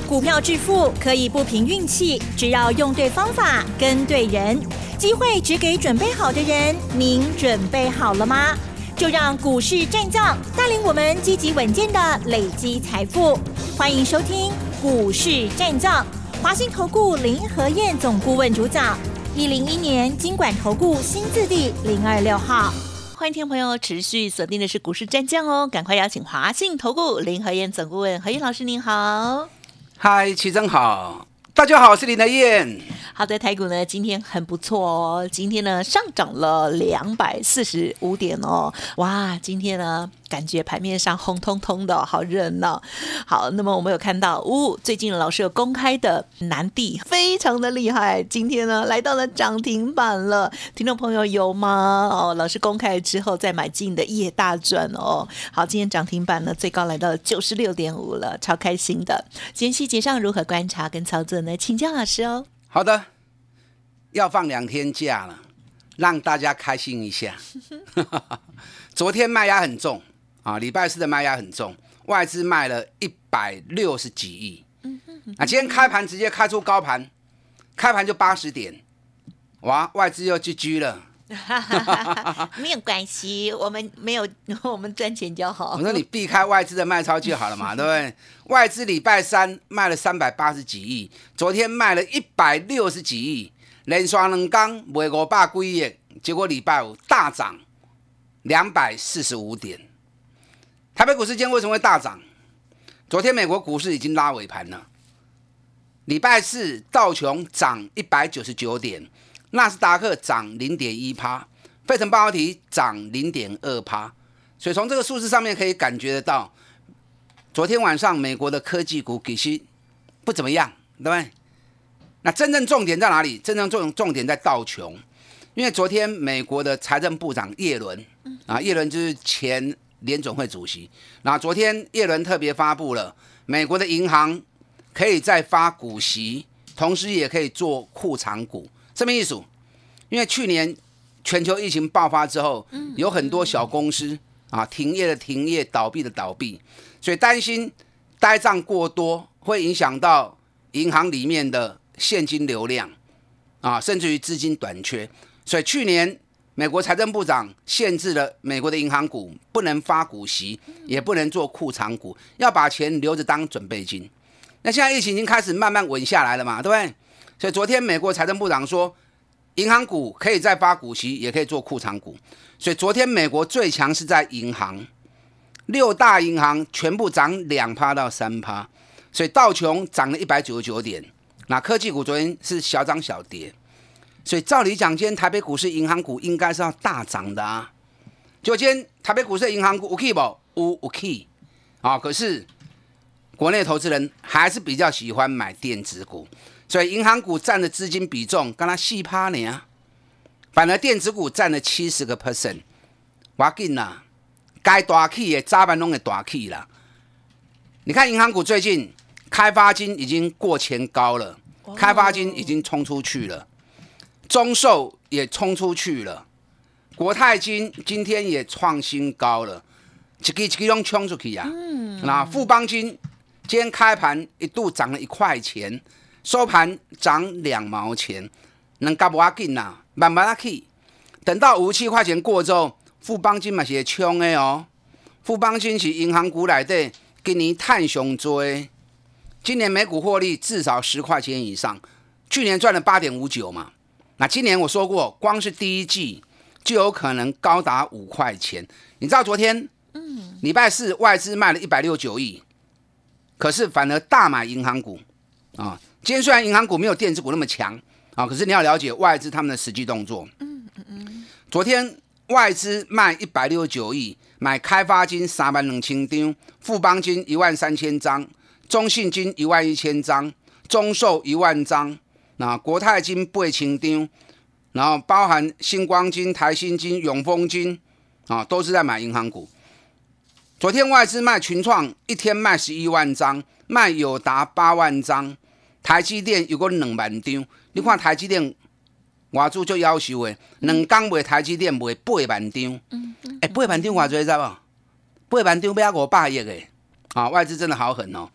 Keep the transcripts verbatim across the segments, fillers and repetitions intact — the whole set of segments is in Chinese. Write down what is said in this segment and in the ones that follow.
股票致富可以不凭运气，只要用对方法、跟对人。机会只给准备好的人，您准备好了吗？就让股市战将带领我们积极稳健的累积财富。欢迎收听股市战将，华信投顾林和彥总顾问主讲，一零一年金管投顾新字第零二六号。欢迎听众朋友持续锁定的是股市战将哦，赶快邀请华信投顾林和彥总顾问，和彥老师您好。 嗨，齐真好，大家好，我是林和彥。 好的，台股呢今天很不错哦，今天呢上涨了两百四十五点哦，哇，今天呢感觉盘面上红彤彤的，好热闹。好，那么我们有看到，哦，最近老师有公开的南地非常的厉害，今天呢来到了涨停板了，听众朋友有吗？哦，老师公开之后再买进的也大赚哦。好，今天涨停板呢最高来到了九十六点五了，超开心的。今天细节上如何观察跟操作呢？请教老师哦。 好的，要放两天假了，让大家开心一下。昨天卖压很重啊，礼拜四的卖压很重，外资卖了一百六十几亿。啊，今天开盘直接开出高盘，开盘就八十点，哇，外资又 G G 了。 没有关系，我们没有，我们赚钱就好。 我说你避开外资的卖超就好了嘛，对不对？外资礼拜三卖了三百八十几亿，昨天卖了一百六十几亿，连刷两天卖五百几亿，结果礼拜五大涨两百四十五点。台北股市今天为什么会大涨？昨天美国股市已经拉尾盘了，礼拜四道琼涨一百九十九点。纳斯达克涨 零点一 趴，费城半导体涨 零点二 趴，所以从这个数字上面可以感觉得到，昨天晚上美国的科技股其实不怎么样，对不对？那真正重点在哪里？真正重重点在道琼，因为昨天美国的财政部长耶伦啊，耶伦就是前联准会主席，然后昨天耶伦特别发布了美国的银行可以再发股息，同时也可以做库藏股。什么意思？因为去年全球疫情爆发之后，有很多小公司啊停业的停业，倒闭的倒闭，所以担心呆账过多会影响到银行里面的现金流量啊，甚至于资金短缺。所以去年美国财政部长限制了美国的银行股不能发股息，也不能做库藏股，要把钱留着当准备金。那现在疫情已经开始慢慢稳下来了嘛，对不对？所以昨天美国财政部长说，银行股可以再发股息，也可以做库藏股。所以昨天美国最强是在银行，六大银行全部涨 百分之二 到 百分之三， 所以道琼涨了一百九十九点。那科技股昨天是小涨小跌，所以照理讲，今天台北股市银行股应该是要大涨的啊。结果今天台北股市的银行股有起不？有有起啊，可是国内投资人还是比较喜欢买电子股。所以银行股占的资金比重刚才 百分之四 呢，反而电子股占了 百分之七十， 要紧啦，该大起的早晚都会大起啦。你看银行股最近开发金已经过前高了，开发金已经冲出去了，中寿也冲出去了，国泰金今天也创新高了，一支一支都冲出去啊。嗯、那富邦金今天开盘一度涨了一块钱。收盘涨两毛钱，能够不要紧啦，慢慢起。等到五十七块钱过之后，富邦金嘛是会冲的哦。富邦金是银行股内底今年赚上多，今年每股获利至少十块钱以上，去年赚了 八点五九 嘛。那今年我说过，光是第一季就有可能高达五块钱。你知道昨天，嗯，礼拜四外资卖了一百六十九亿，可是反而大买银行股啊。今天虽然银行股没有电子股那么强啊，可是你要了解外资他们的实际动作。嗯嗯嗯。昨天外资卖一百六十九亿，买开发金三万两千张，富邦金一万三千张，中信金一万一千张，中寿一万张，那国泰金八千张，然后包含星光金、台新金、永丰金啊，都是在买银行股。昨天外资卖群创一天卖十一万张，卖友达八万张。台积电有个两万张，你看台积电外资就要求的，两天卖台积电卖八万张，哎，八万张外资知道不？八万张要五百亿的，啊，外资真的好狠哦。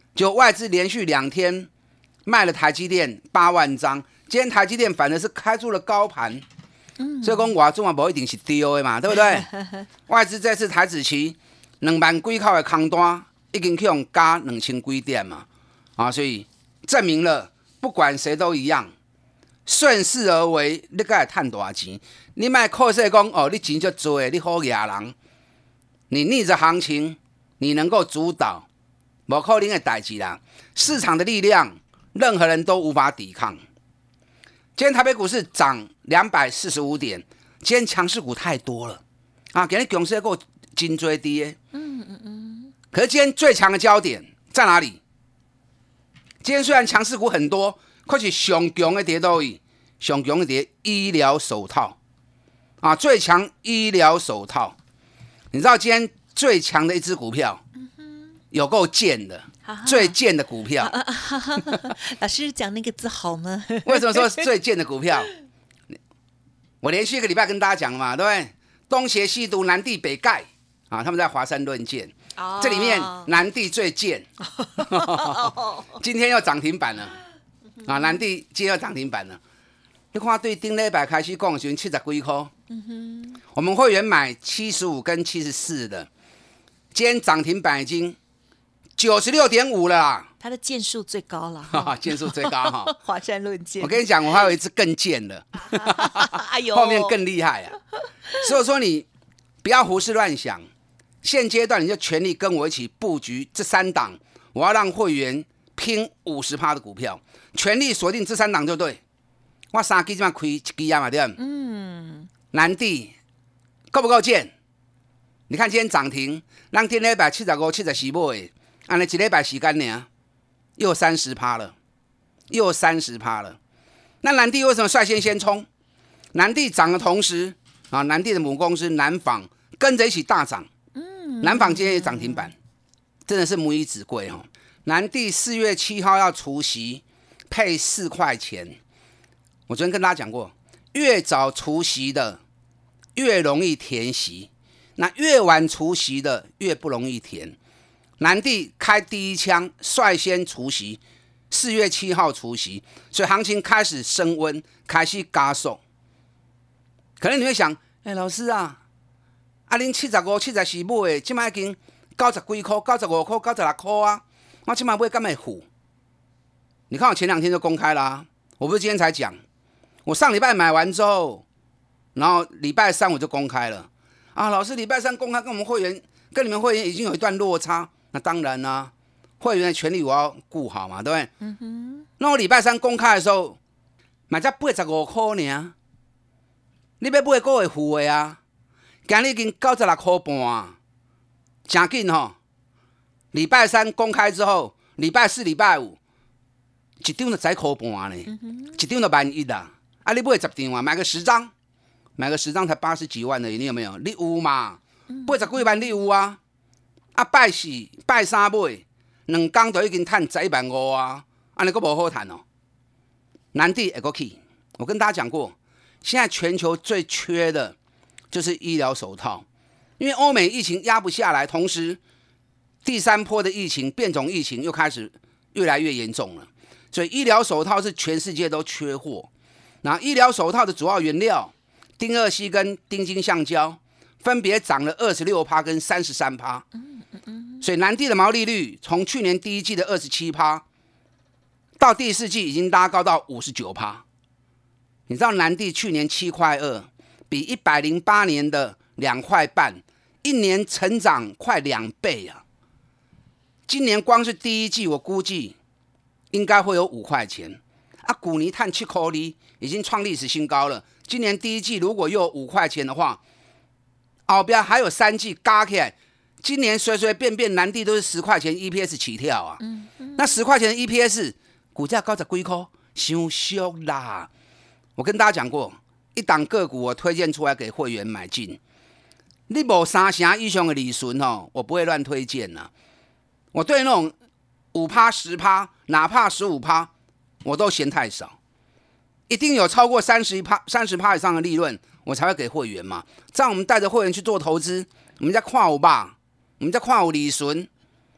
就外资连续两天卖了台积电八万张，今天台积电反而是开出了高盘，嗯、所以讲外资嘛不一定是丢的嘛，对不对？外资这次台指期两万几口的空单已经去用加两千几点嘛，啊，所以证明了不管谁都一样，顺势而为，你该赚大钱。你卖靠说讲哦，你钱就多，你好野人，你逆着行情，你能够主导，不可能的代志啦。市场的力量，任何人都无法抵抗。今天台北股市涨两百四十五点，今天强势股太多了啊！今天强势股真多的，嗯嗯嗯。可是今天最强的焦点在哪里？今天虽然强势股很多，可是上强的跌到伊，上强的跌医疗手套啊，最强医疗手套。你知道今天最强的一只股票，嗯、有够贱的，最贱的股票。啊啊啊、老师讲那个字好吗？ 为什么说是最贱的股票？我连续一个礼拜跟大家讲嘛，对不对？东邪西毒，南帝北丐啊，他们在华山论剑。哦、这里面南帝最贱，今天又涨停板了啊！南帝今天又涨停板了。你看，对顶礼拜开始讲的时候七十几块，嗯、我们会员买七十五跟七十四的，今天涨停板已经九十六点五了啦。 它的件数最高了， 件数最高哈。 华山论剑， 我跟你讲，我还有一只更贱的，哎呦，后面更厉害啊！所以说你不要胡思乱想。现阶段你就全力跟我一起布局这三档，我要让会员拼 百分之五十 的股票，全力锁定这三档就对。我三支这开一支啊嘛，对不对？嗯。南帝够不够贱？你看今天涨停，让今天礼拜七十五、七十四买，按了一礼拜时间呢，又三十趴了，又三十趴了。那南帝为什么率先先冲？南帝涨的同时啊，南帝的母公司南纺跟着一起大涨。南纺今天也涨停板，真的是母以子贵哦。南帝四月七号要除息，配四块钱。我昨天跟大家讲过，越早除息的越容易填息，那越晚除息的越不容易填。南帝开第一枪，率先除息，四月七号除息，所以行情开始升温，开始加速。可能你会想，哎、欸，老师啊。啊，恁七十五、七十四买的，现在已经九十几块、九十五块、九十六块啊！我现在买敢会付？你看我前两天就公开啦、啊，我不是今天才讲，我上礼拜买完之后，然后礼拜三我就公开了。啊，老师，礼拜三公开跟我们会员、跟你们会员已经有一段落差，那当然啦、啊，会员的权利我要顾好嘛，对不对？嗯哼。那我礼拜三公开的时候，买才八十五块呢，你要买个会付的啊？今日已经九十六块半，真紧吼！礼拜三公开之后，礼拜四、礼拜五一张就十块半呢，嗯、一张就万一啦。啊，你买十张啊，买个十张，买个十张才八十几万而已，你有没有？你有嘛？八十几万你有啊？啊，拜四、拜三买，两天就已经赚十一万五啊！安尼佫无好赚哦。南帝会佫去，我跟大家讲过，现在全球最缺的。就是医疗手套，因为欧美疫情压不下来，同时第三波的疫情变种疫情又开始越来越严重了，所以医疗手套是全世界都缺货。那医疗手套的主要原料丁二烯跟丁腈橡胶分别涨了 百分之二十六 跟 百分之三十三， 所以南帝的毛利率从去年第一季的 百分之二十七 到第四季已经拉高到 百分之五十九。 你知道南帝去年七块二，比一百零八年的两块半，一年成长快两倍啊！今年光是第一季，我估计应该会有五块钱啊。股尼碳七块里已经创历史新高了。今年第一季如果又有五块钱的话，后边还有三季加起来，今年随随便便南帝都是十块钱 E P S 起跳啊！嗯嗯、那十块钱的 E P S， 股价高十几块，太俗啦！我跟大家讲过。一档个股我推荐出来给会员买进，你没三成以上的利润哦，我不会乱推荐呐、啊。我对那种五趴、十趴，哪怕十五趴，我都嫌太少。一定有超过三十一趴、三十趴以上的利润，我才会给会员嘛。这样我们带着会员去做投资，我们在看有吧，我们在看有利润。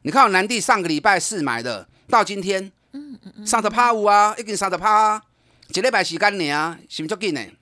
你看我南地上个礼拜四买的，到今天，三十趴有啊，已经三十趴啊，一礼拜时间呢啊，是不是足紧呢？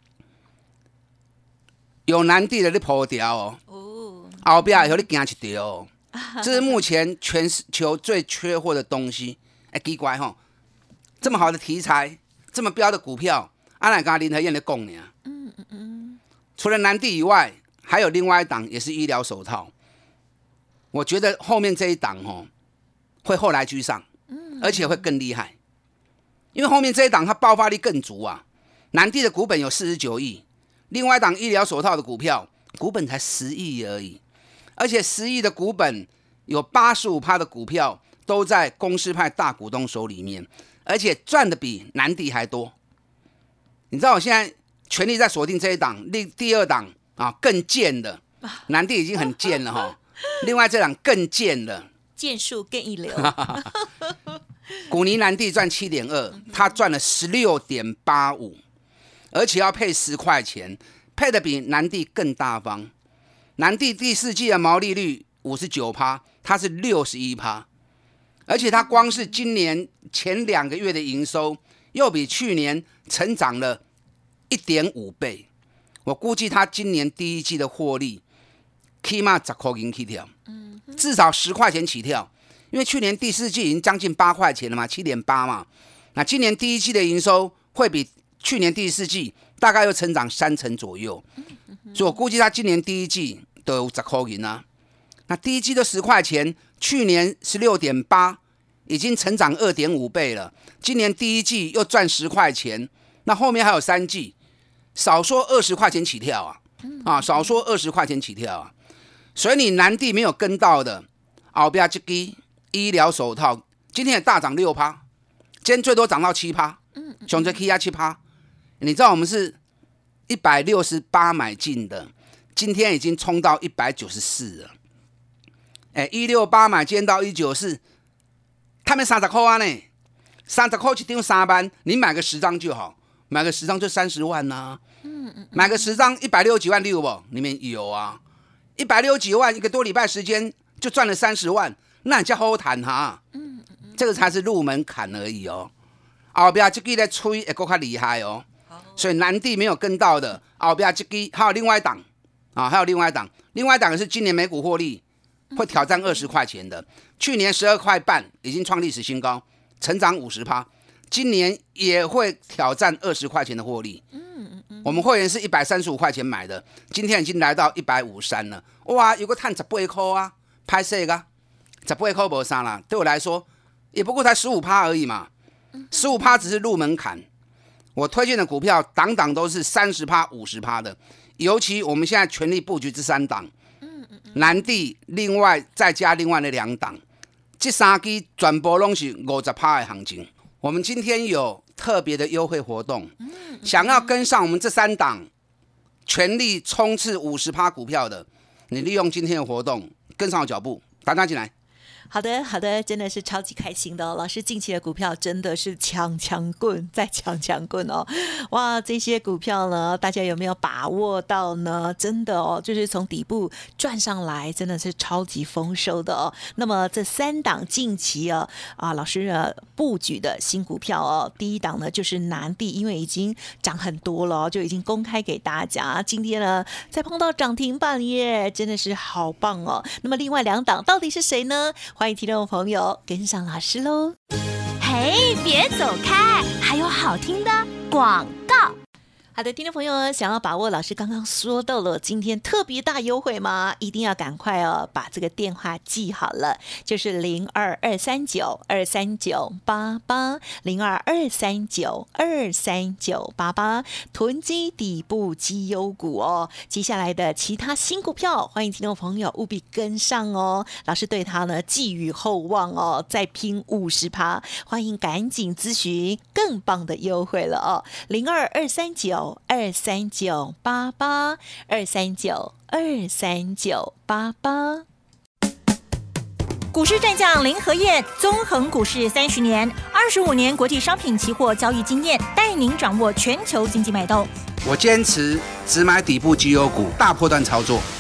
有南地的你破掉哦，哦后边以后你行一条哦，这是目前全球最缺货的东西。哎，奇怪吼，这么好的题材，这么标的股票，阿奶刚林和燕在讲呢。嗯嗯嗯。除了南地以外，还有另外一档也是医疗手套。我觉得后面这一档哦，会后来居上，而且会更厉害，因为后面这一档它爆发力更足啊。南地的股本有四十九亿，另外一档医疗手套的股票股本才十亿而已，而且十亿的股本有 百分之八十五 的股票都在公司派大股东手里面，而且赚的比南地还多。你知道我现在全力在锁定这一档，第二档啊更贱的，南地已经很贱了哈。另外这档更贱了， 剑术更一流。 古尼南地赚 七点二， 他赚了 十六点八五， 而且要配十块钱，配的比南地更大方。南地第四季的毛利率 百分之五十九， 它是 百分之六十一， 而且它光是今年前两个月的营收又比去年成长了 一点五倍。我估计它今年第一季的获利起码十块钱起跳，至少十块钱起跳，因为去年第四季已经将近八块钱了嘛， 七点八 嘛。那今年第一季的营收会比去年第四季大概又成长三成左右，所以我估计它今年第一季都有十块钱啊。那第一季都十块钱，去年 十六点八， 已经成长 二点五倍了。今年第一季又赚十块钱，那后面还有三季，少说二十块钱起跳啊！啊，少说二十块钱起跳啊！所以你南地没有跟到的，后边这支医疗手套今天也大涨 百分之六， 今天最多涨到 百分之七， 上最起压 百分之七。你知道我们是一百六十八买进的，今天已经冲到一百九十四了。哎，一百六十八买，今天到一百九十四，赚了三十块啊呢！三十块一张三万，你买个十张就好，买个十张就三十万啊。买个十张一百六十几万，你有不？里面有啊。一百六十几万，一个多礼拜时间就赚了三十万，那你叫好好谈哈。嗯嗯，这个才是入门槛而已哦。后边这支的吹会更加厉害哦。所以南地没有跟到的，后边这支还有另外一档啊，还有另外一档，另外一档是今年每股获利会挑战二十块钱的，去年十二块半已经创历史新高，成长 百分之五十， 今年也会挑战二十块钱的获利。我们会员是一百三十五块钱买的，今天已经来到一百五十三了。哇，有个赚十八块啊，拍摄啊，十八块没啥啦。对我来说，也不过才 百分之十五 而已嘛， 百分之十五 只是入门槛。我推荐的股票，档档都是 百分之三十、百分之五十 的，尤其我们现在全力布局这三档，南地另外再加另外的两档，这三支全部都是 百分之五十 的行情。我们今天有特别的优惠活动，想要跟上我们这三档全力冲刺 百分之五十 股票的，你利用今天的活动跟上我脚步，打打进来。 好的，好的，真的是超级开心的哦！老师近期的股票真的是强强棍再强强棍哦！哇，这些股票呢，大家有没有把握到呢？真的哦，就是从底部赚上来，真的是超级丰收的哦。那么这三档近期啊啊，老师呢布局的新股票哦，第一档呢就是南地，因为已经涨很多了，就已经公开给大家。今天呢再碰到涨停板耶，真的是好棒哦！那么另外两档到底是谁呢？欢迎听众朋友跟上老师喽！ 嘿，别走开，还有好听的广告。 好的，听众朋友，想要把握老师刚刚说到了今天特别大优惠吗？一定要赶快哦，把这个电话记好了，就是零二二三九二三九八八零二二三九二三九八八，囤积底部绩优股哦。接下来的其他新股票，欢迎听众朋友务必跟上哦。老师对他呢寄予厚望哦，再拼 百分之五十， 欢迎赶紧咨询更棒的优惠了哦，零二二三九二三九八八二三九二三九八八。 股市战将林和彥，纵横股市三十年，二十五年国际商品期货交易经验，带您掌握全球经济脉动。 我坚持只买底部绩优股，大波段操作。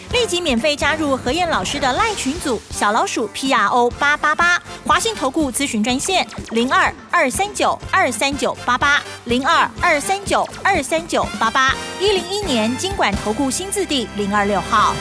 立即免费加入何燕老师的LINE群组，小老鼠 P R O 八八八，华信投顾咨询专线零二二三九二三九八八零二二三九二三九八八，一零一年金管投顾新字第零二六号。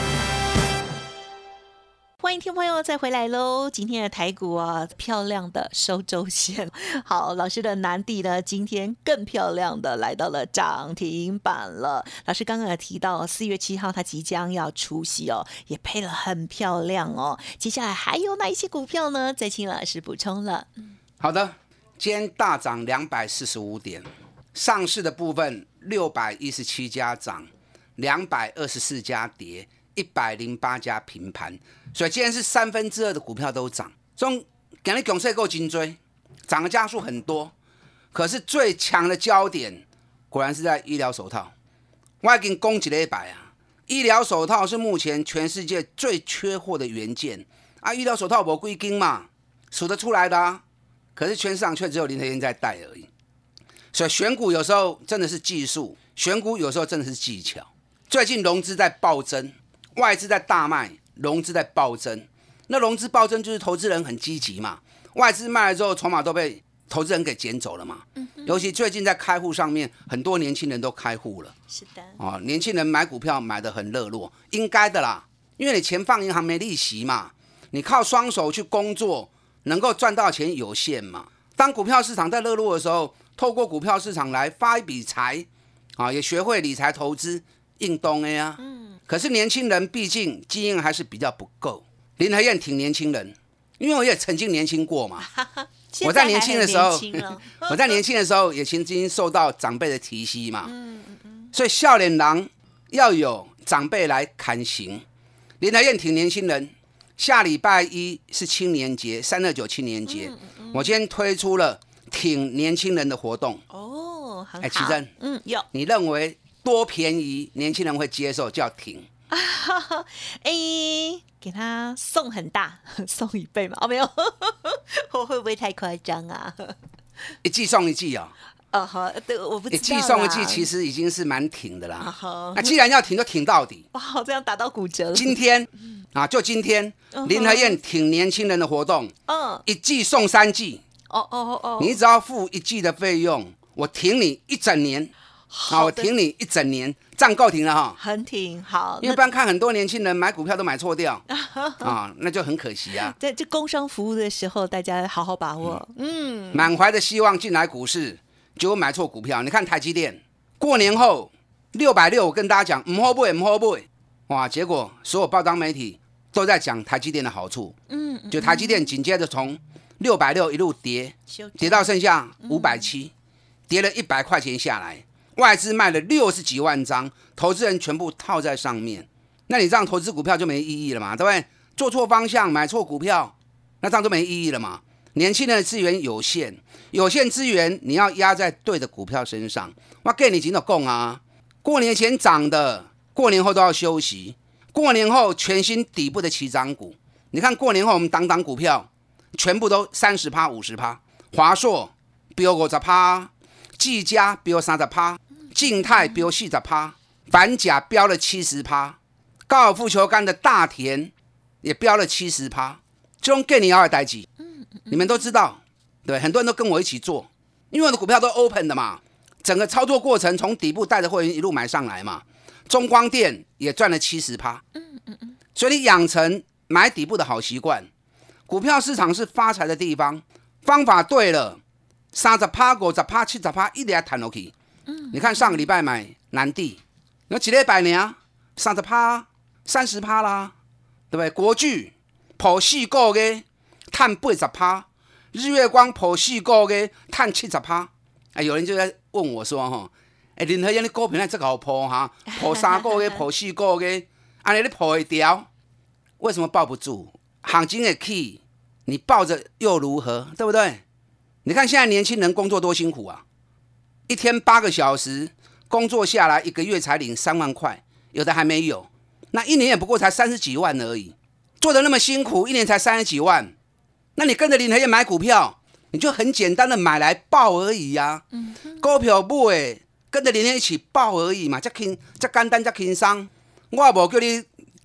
欢迎听众朋友再回来喽！今天的台股啊，漂亮的收周线。好，老师的南地呢，今天更漂亮的来到了涨停板了。老师刚刚有提到，四月七号它即将要除息哦，也配了很漂亮哦。接下来还有哪一些股票呢？再请老师补充了。 好的，今天大涨两百四十五点，上市的部分六百一十七家涨，两百二十四家跌，一百零八家平盘。所以今天是三分之二的股票都涨，所以今日强势够真多，涨的家数很多。可是最强的焦点果然是在医疗手套。我已经讲一礼拜啊，医疗手套是目前全世界最缺货的元件啊。医疗手套没几斤嘛，数得出来的啊。可是全市场却只有林和彥在戴而已。所以选股有时候真的是技术，选股有时候真的是技巧。最近融资在暴增，外资在大卖。融资在暴增，那融资暴增就是投资人很积极嘛，外资卖了之后，筹码都被投资人给捡走了嘛。嗯、尤其最近在开户上面，很多年轻人都开户了。 是的， 哦，年轻人买股票买得很热络，应该的啦，因为你钱放银行没利息嘛，你靠双手去工作，能够赚到钱有限嘛。当股票市场在热络的时候，透过股票市场来发一笔财，啊，也学会理财投资，应动的呀。嗯。可是年轻人毕竟经验还是比较不够。林和彥挺年轻人，因为我也曾经年轻过嘛。我在年轻的时候，我在年轻的时候也曾经受到长辈的提携嘛。嗯嗯嗯。所以少年郎要有长辈来看行。林和彥挺年轻人，下礼拜一是青年节，三二九青年节，嗯嗯嗯，我今天推出了挺年轻人的活动。 哦，很好。 哎，奇珍， 嗯，有。 你认为多便宜年轻人会接受叫挺？ 哎，给他送很大，送一倍嘛？哦，没有，我会不会太夸张啊？ 一季送一季哦。 哦，好，对，我不知道。一季送一季，其实已经是蛮挺的啦。那、啊、既然要挺，就挺到底。 哇，这样打到骨折了。 今天啊，就今天，嗯、林和彥挺年轻人的活动，嗯，一季送三季。 哦哦哦哦， 你只要付一季的费用，我挺你一整年。好，我挺你一整年，这样够挺了哈。 很挺，好。 因为不然看很多年轻人买股票都买错掉啊，那就很可惜啊。 在这工商服务的时候，大家好好把握。嗯， 满怀的希望进来股市，结果买错股票。你看台积电，过年后六百六，我跟大家讲，唔好买，唔好买，哇！结果所有报章媒体都在讲台积电的好处。嗯，就台积电紧接着从六百六一路跌，跌到剩下五百七，跌了一百块钱下来。外资卖了六十几万张，投资人全部套在上面，那你这样投资股票就没意义了嘛，对不对？做错方向，买错股票，那这样就没意义了嘛。年轻人的资源有限，有限资源你要压在对的股票身上。我跟你讲的讲啊，过年前涨的，过年后都要休息。过年后全新底部的起涨股，你看过年后我们档档股票全部都三十趴、五十趴，华硕飙五十趴，技嘉飙三十趴。静态飙四十趴，反甲飙了七十趴，高尔夫球杆的大田也飙了七十趴，这种给你要的代志，你们都知道，对，很多人都跟我一起做，因为我的股票都 open 的嘛，整个操作过程从底部带着会员一路买上来嘛，中光电也赚了七十趴，所以你养成买底部的好习惯，股票市场是发财的地方，方法对了，三十趴、五十趴、七十趴，一直要弹下去。你看上个礼拜买南地，有几礼拜呢？三十趴、三十趴啦，对不对？国巨破四个月赚八十趴，日月光破四个月赚七十趴。哎，有人就在问我说：“哈，哎，林和彥的股票这个好破哈，破三个月、破四个月，安尼你破会掉？为什么抱不住？行情会起，你抱着又如何？对不对？你看现在年轻人工作多辛苦啊！”一天八个小时工作下来，一个月才领三万块，有的还没有。那一年也不过才三十几万而已，做得那么辛苦，一年才三十几万。那你跟着林和彥买股票，你就很简单的买来报而已呀、啊。嗯、股票买跟着林和彥一起报而已嘛，这轻这简单这轻松。我也无叫你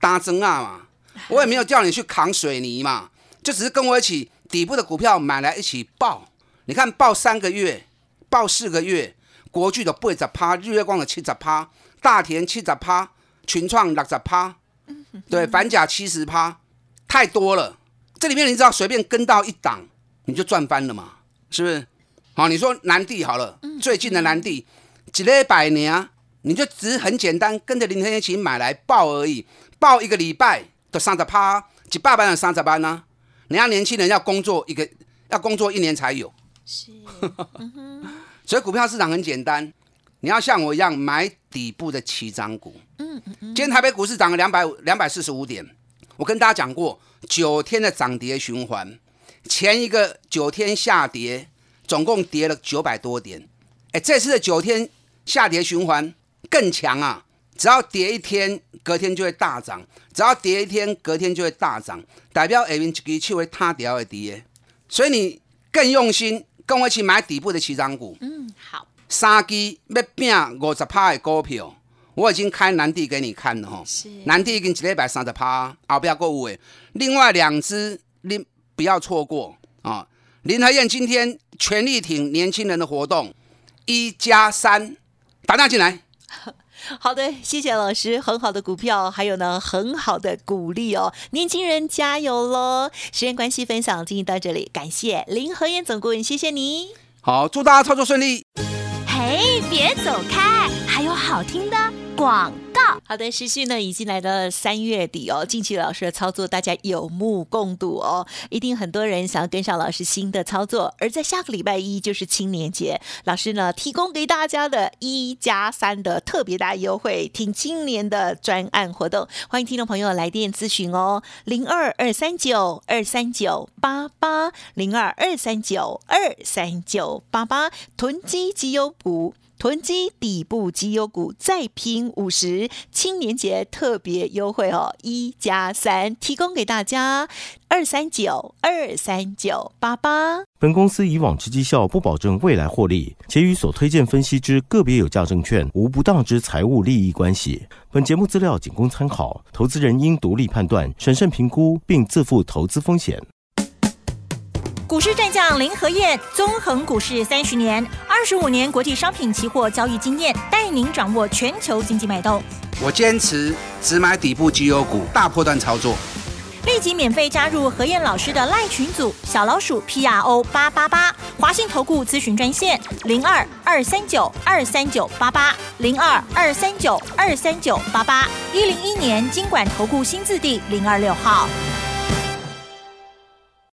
搭针啊嘛，我也没有叫你去扛水泥嘛，就只是跟我一起底部的股票买来一起报。你看报三个月，报四个月，国巨的八十趴，日月光的七十趴，大田七十趴，群创六十趴，对，反甲七十趴，太多了。这里面你只要随便跟到一档，你就赚翻了嘛，是不是？好，你说南地好了，最近的南地一礼拜年，你就只是很简单跟着林和燕一起买来报而已，报一个礼拜就三十趴，一百万的三十万啊！人家年轻人要工作一个要工作一年才有， 是， 所以股票市场很简单，你要像我一样买底部的起涨股。嗯嗯嗯。今天台北股市涨了两百两百四十五点，我跟大家讲过九天的涨跌循环，前一个九天下跌，总共跌了九百多点。哎，这次的九天下跌循环更强啊！只要跌一天，隔天就会大涨；只要跌一天，隔天就会大涨，代表下面一支手会塌掉的跌。所以你更用心，跟我一起买底部的起涨股。 嗯，好。 三支要拼五十趴的股票，我已经开南地给你看了哈。南地已经一礼拜三十趴，后边还有的。另外两支你不要错过啊！林和燕今天全力挺年轻人的活动，一加三，打电话进来。 好的，谢谢老师，很好的股票，还有呢很好的鼓励哦，年轻人加油喽！时间关系，分享进行到这里，感谢林和燕总顾问，谢谢你。 好，祝大家操作顺利。 嘿，别走开，还有好听的广告。 好的，时序呢已经来到了三月底哦，近期老师的操作大家有目共睹哦，一定很多人想要跟上老师新的操作，而在下个礼拜一就是青年节，老师呢提供给大家的一加三的特别大优惠，挺青年的专案活动，欢迎听众朋友来电咨询哦，零二二三九二三九八八零二二三九二三九八八，囤积绩优股。囤积底部绩优股再拼五十，青年节特别优惠哦，一加三提供给大家，二三九二三九八八。 本公司以往之绩效不保证未来获利，且与所推荐分析之个别有价证券无不当之财务利益关系。本节目资料仅供参考，投资人应独立判断、审慎评估，并自负投资风险。 股市战将林和燕，纵横股市三十年，二十五年国际商品期货交易经验，带您掌握全球经济脉动。 我坚持只买底部绩优股，大波段操作。 立即免费加入和燕老师的LINE群组，小老鼠 P R O 八八八，华信投顾咨询专线零二二三九二三九八八零二二三九二三九八八，一零一年金管投顾新字第零二六号。